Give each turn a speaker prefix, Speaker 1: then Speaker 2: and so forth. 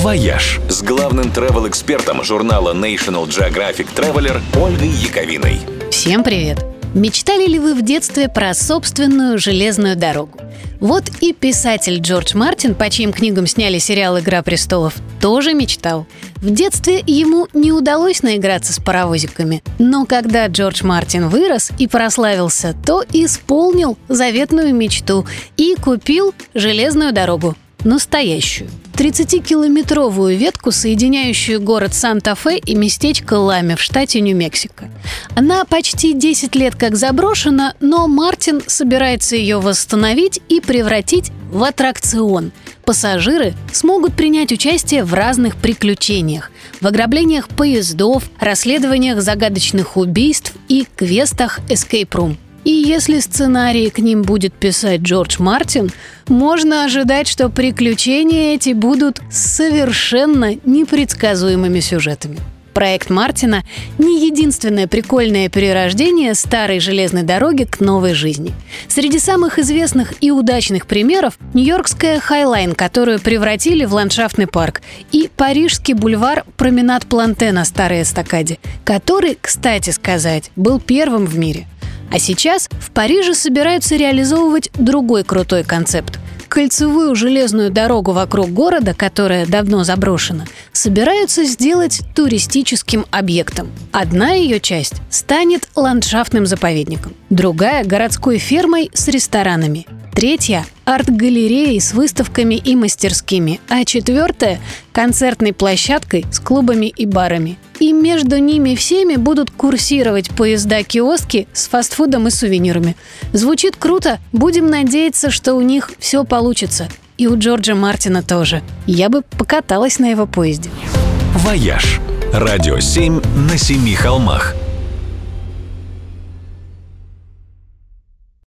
Speaker 1: «Вояж» с главным travel-экспертом журнала National Geographic Traveler Ольгой Яковиной.
Speaker 2: Всем привет! Мечтали ли вы в детстве про собственную железную дорогу? Вот и писатель Джордж Мартин, по чьим книгам сняли сериал «Игра престолов», тоже мечтал. В детстве ему не удалось наиграться с паровозиками, но когда Джордж Мартин вырос и прославился, то исполнил заветную мечту и купил железную дорогу. Настоящую. 30-километровую ветку, соединяющую город Санта-Фе и местечко Лами в штате Нью-Мексико. Она почти 10 лет как заброшена, но Мартин собирается ее восстановить и превратить в аттракцион. Пассажиры смогут принять участие в разных приключениях, в ограблениях поездов, расследованиях загадочных убийств и квестах Escape Room. И если сценарий к ним будет писать Джордж Мартин, можно ожидать, что приключения эти будут с совершенно непредсказуемыми сюжетами. Проект Мартина – не единственное прикольное перерождение старой железной дороги к новой жизни. Среди самых известных и удачных примеров – нью-йоркская Хай-Лайн, которую превратили в ландшафтный парк, и парижский бульвар Променад Планте на Старой Эстакаде, который, кстати сказать, был первым в мире. А сейчас в Париже собираются реализовывать другой крутой концепт. Кольцевую железную дорогу вокруг города, которая давно заброшена, собираются сделать туристическим объектом. Одна ее часть станет ландшафтным заповедником, другая – городской фермой с ресторанами, третья – арт-галереей с выставками и мастерскими, а четвертая – концертной площадкой с клубами и барами. И между ними всеми будут курсировать поезда-киоски с фастфудом и сувенирами. Звучит круто, будем надеяться, что у них все получится. И у Джорджа Мартина тоже. Я бы покаталась на его поезде.
Speaker 1: «Вояж» – радио 7 на 7 холмах.